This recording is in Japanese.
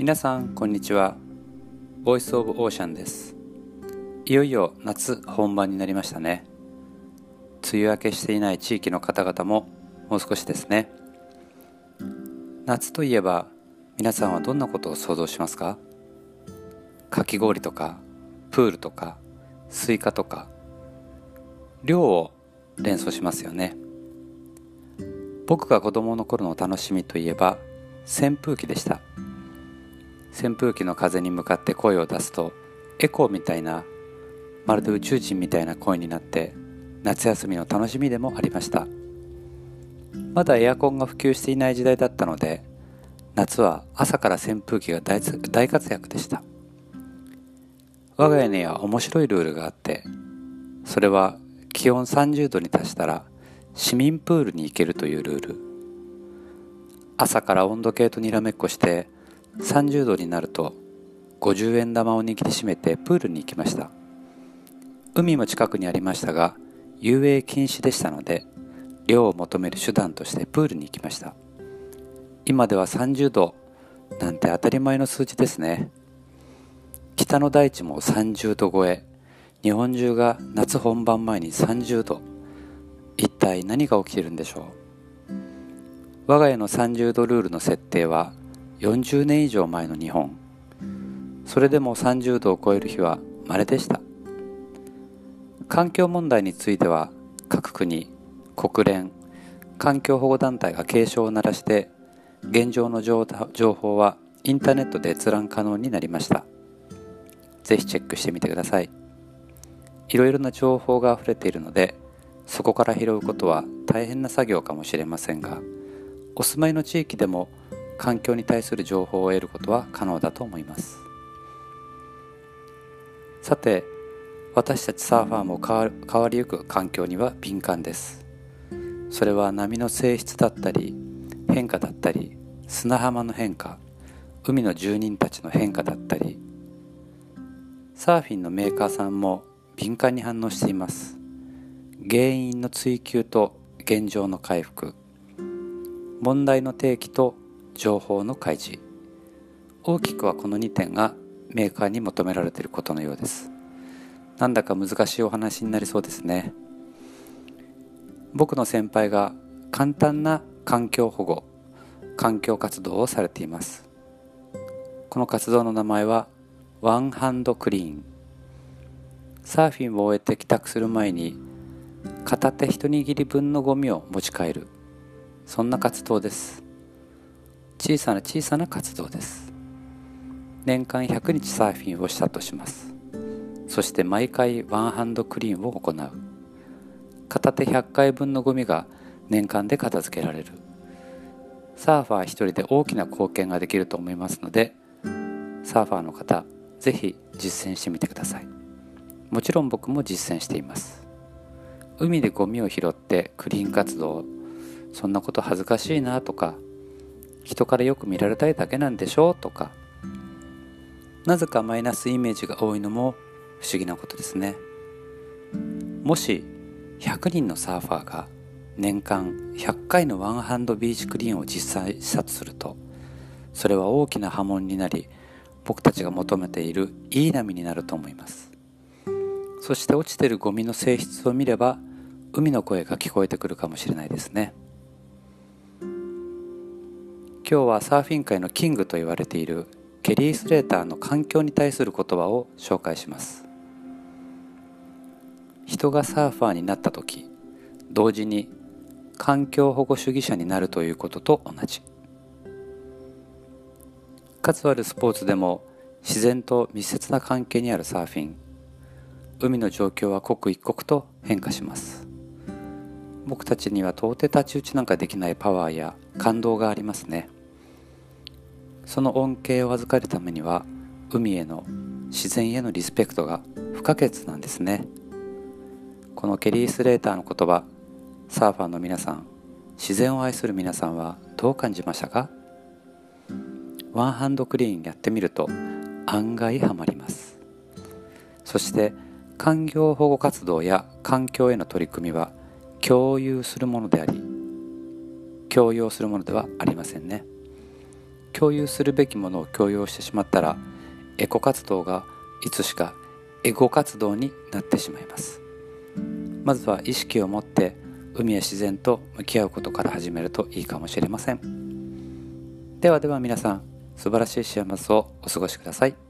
皆さんこんにちは。ボイスオブオーシャンです。いよいよ夏本番になりましたね。梅雨明けしていない地域の方々ももう少しですね。夏といえば皆さんはどんなことを想像しますか？かき氷とかプールとかスイカとか涼を連想しますよね。僕が子供の頃の楽しみといえば扇風機でした。扇風機の風に向かって声を出すとエコーみたいな、まるで宇宙人みたいな声になって夏休みの楽しみでもありました。まだエアコンが普及していない時代だったので、夏は朝から扇風機が大活躍でした。我が家には面白いルールがあって、それは気温30度に達したら市民プールに行けるというルール。朝から温度計とにらめっこして30度になると50円玉を握りしめてプールに行きました。海も近くにありましたが遊泳禁止でしたので、涼を求める手段としてプールに行きました。今では30度なんて当たり前の数字ですね。北の大地も30度超え、日本中が夏本番前に30度。一体何が起きているんでしょう。我が家の30度ルールの設定は40年以上前の日本。それでも30度を超える日は稀でした。環境問題については各国、国連、環境保護団体が警鐘を鳴らして、現状の情報はインターネットで閲覧可能になりました。ぜひチェックしてみてください。いろいろな情報があふれているので、そこから拾うことは大変な作業かもしれませんが、お住まいの地域でも環境に対する情報を得ることは可能だと思います。さて、私たちサーファーも変わりゆく環境には敏感です。それは波の性質だったり変化だったり、砂浜の変化、海の住人たちの変化だったり、サーフィンのメーカーさんも敏感に反応しています。原因の追求と現状の回復、問題の提起と情報の開示、大きくはこの2点がメーカーに求められていることのようです。なんだか難しいお話になりそうですね。僕の先輩が簡単な環境保護、環境活動をされています。この活動の名前はワンハンドクリーン。サーフィンを終えて帰宅する前に片手一握り分のゴミを持ち帰る、そんな活動です。小さな活動です。年間100日サーフィンをしたとします。そして毎回ワンハンドクリーンを行う。片手100回分のゴミが年間で片付けられる。サーファー一人で大きな貢献ができると思いますので、サーファーの方、ぜひ実践してみてください。もちろん僕も実践しています。海でゴミを拾ってクリーン活動、そんなこと恥ずかしいなとか、人からよく見られたいだけなんでしょうとか、なぜかマイナスイメージが多いのも不思議なことですね。もし100人のサーファーが年間100回のワンハンドビーチクリーンを実際したとすると、それは大きな波紋になり、僕たちが求めているいい波になると思います。そして落ちているゴミの性質を見れば、海の声が聞こえてくるかもしれないですね。今日はサーフィン界のキングと言われているケリー・スレーターの環境に対する言葉を紹介します。人がサーファーになった時、同時に環境保護主義者になるということと同じ。数あるスポーツでも自然と密接な関係にあるサーフィン。海の状況は刻一刻と変化します。僕たちには到底太刀打ちなんかできないパワーや感動がありますね。その恩恵を預かるためには、海への、自然へのリスペクトが不可欠なんですね。このケリー・スレーターの言葉、サーファーの皆さん、自然を愛する皆さんはどう感じましたか？ワンハンドクリーンやってみると案外ハマります。そして環境保護活動や環境への取り組みは共有するものであり、強要するものではありませんね。 共有するべきものを強要してしまったら、エコ活動がいつしかエゴ活動になってしまいます。まずは意識を持って海や自然と向き合うことから始めるといいかもしれません。ではでは皆さん、素晴らしい週末をお過ごしください。